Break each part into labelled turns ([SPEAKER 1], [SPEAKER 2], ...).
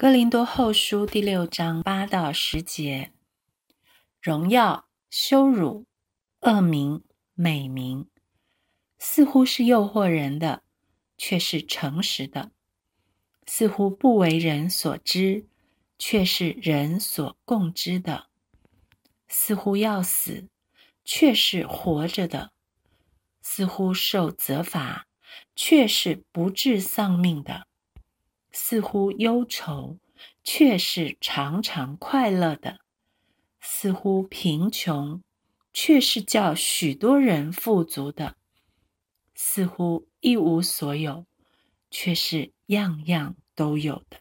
[SPEAKER 1] 哥林多后书第6章8到10节，荣耀、羞辱、恶名、美名，似乎是诱惑人的，却是诚实的；似乎不为人所知，却是人所共知的；似乎要死，却是活着的；似乎受责罚，却是不致丧命的；似乎忧愁，却是常常快乐的；似乎贫穷，却是叫许多人富足的；似乎一无所有，却是样样都有的。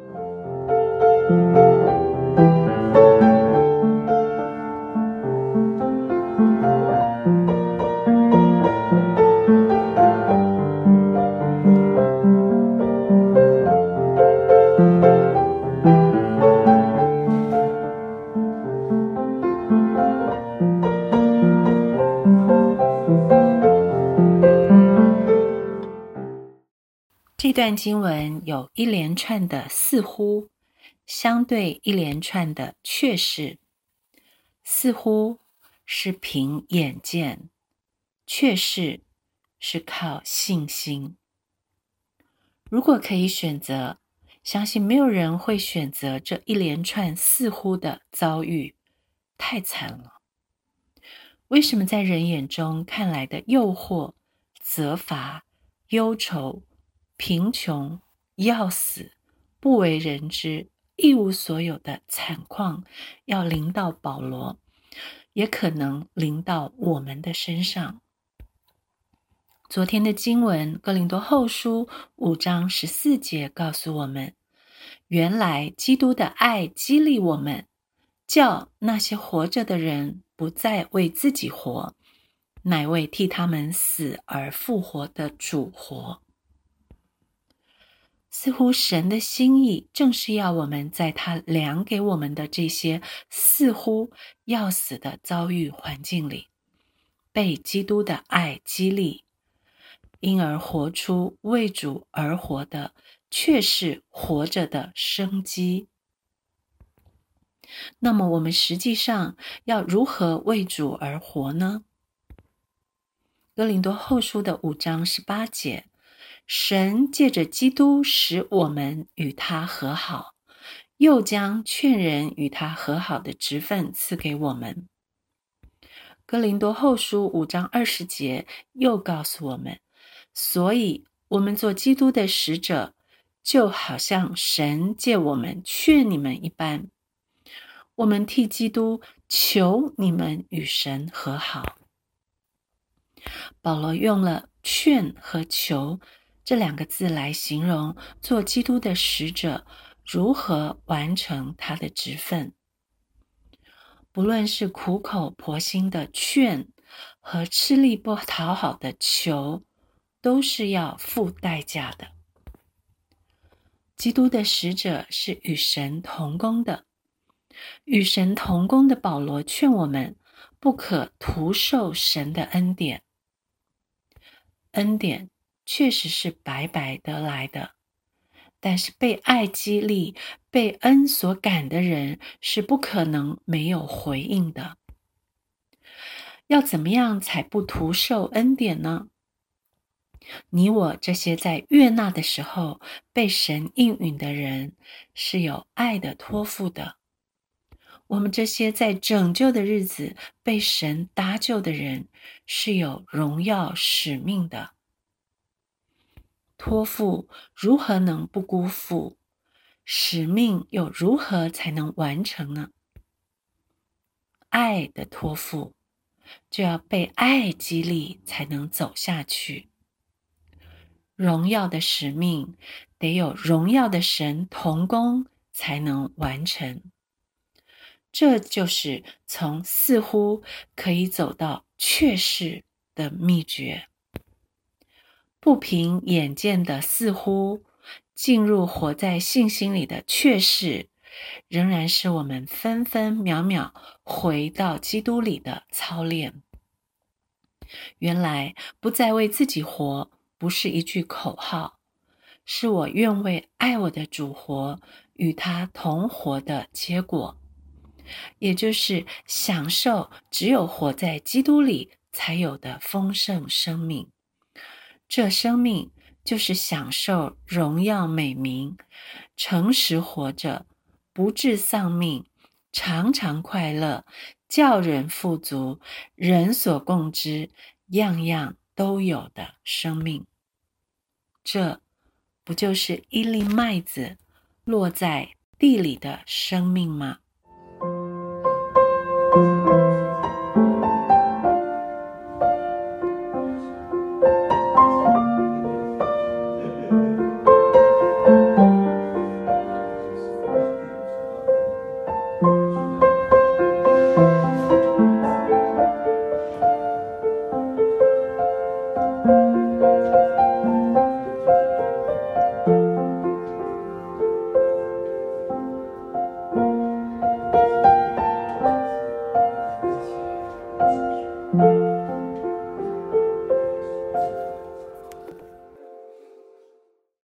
[SPEAKER 1] 这段经文有一连串的似乎，相对一连串的确是。似乎是凭眼见，确是是靠信心。如果可以选择，相信没有人会选择这一连串似乎的遭遇，太惨了。为什么在人眼中看来的诱惑、责罚、忧愁、贫穷、要死、不为人知、一无所有的惨况要临到保罗，也可能临到我们的身上？昨天的经文哥林多后书5章14节告诉我们，原来基督的爱激励我们，叫那些活着的人不再为自己活，乃为替他们死而复活的主活。似乎神的心意正是要我们在他量给我们的这些似乎要死的遭遇环境里，被基督的爱激励，因而活出为主而活的，却是活着的生机。那么我们实际上要如何为主而活呢？哥林多后书的5章18节，神借着基督使我们与他和好，又将劝人与他和好的职分赐给我们。哥林多后书5章20节又告诉我们，所以我们做基督的使者，就好像神借我们劝你们一般，我们替基督求你们与神和好。保罗用了劝和求这2个字来形容做基督的使者如何完成他的职分。不论是苦口婆心的劝和吃力不讨好的求，都是要付代价的。基督的使者是与神同工的，与神同工的保罗劝我们不可徒受神的恩典。恩典确实是白白得来的，但是被爱激励、被恩所感的人是不可能没有回应的。要怎么样才不徒受恩典呢？你我这些在悦纳的时候被神应允的人，是有爱的托付的。我们这些在拯救的日子被神搭救的人，是有荣耀使命的。托付如何能不辜负？使命又如何才能完成呢？爱的托付就要被爱激励才能走下去。荣耀的使命得有荣耀的神同工才能完成。这就是从似乎可以走到确是的秘诀。不凭眼见的似乎，进入活在信心里的确是，仍然是我们分分秒秒回到基督里的操练。原来不再为自己活，不是一句口号，是我愿为爱我的主活， 与他同活的结果，也就是享受只有活在基督里才有的丰盛生命。这生命就是享受荣耀美名，诚实活着，不致丧命，常常快乐，叫人富足，人所共知，样样都有的生命。这不就是一粒麦子落在地里的生命吗？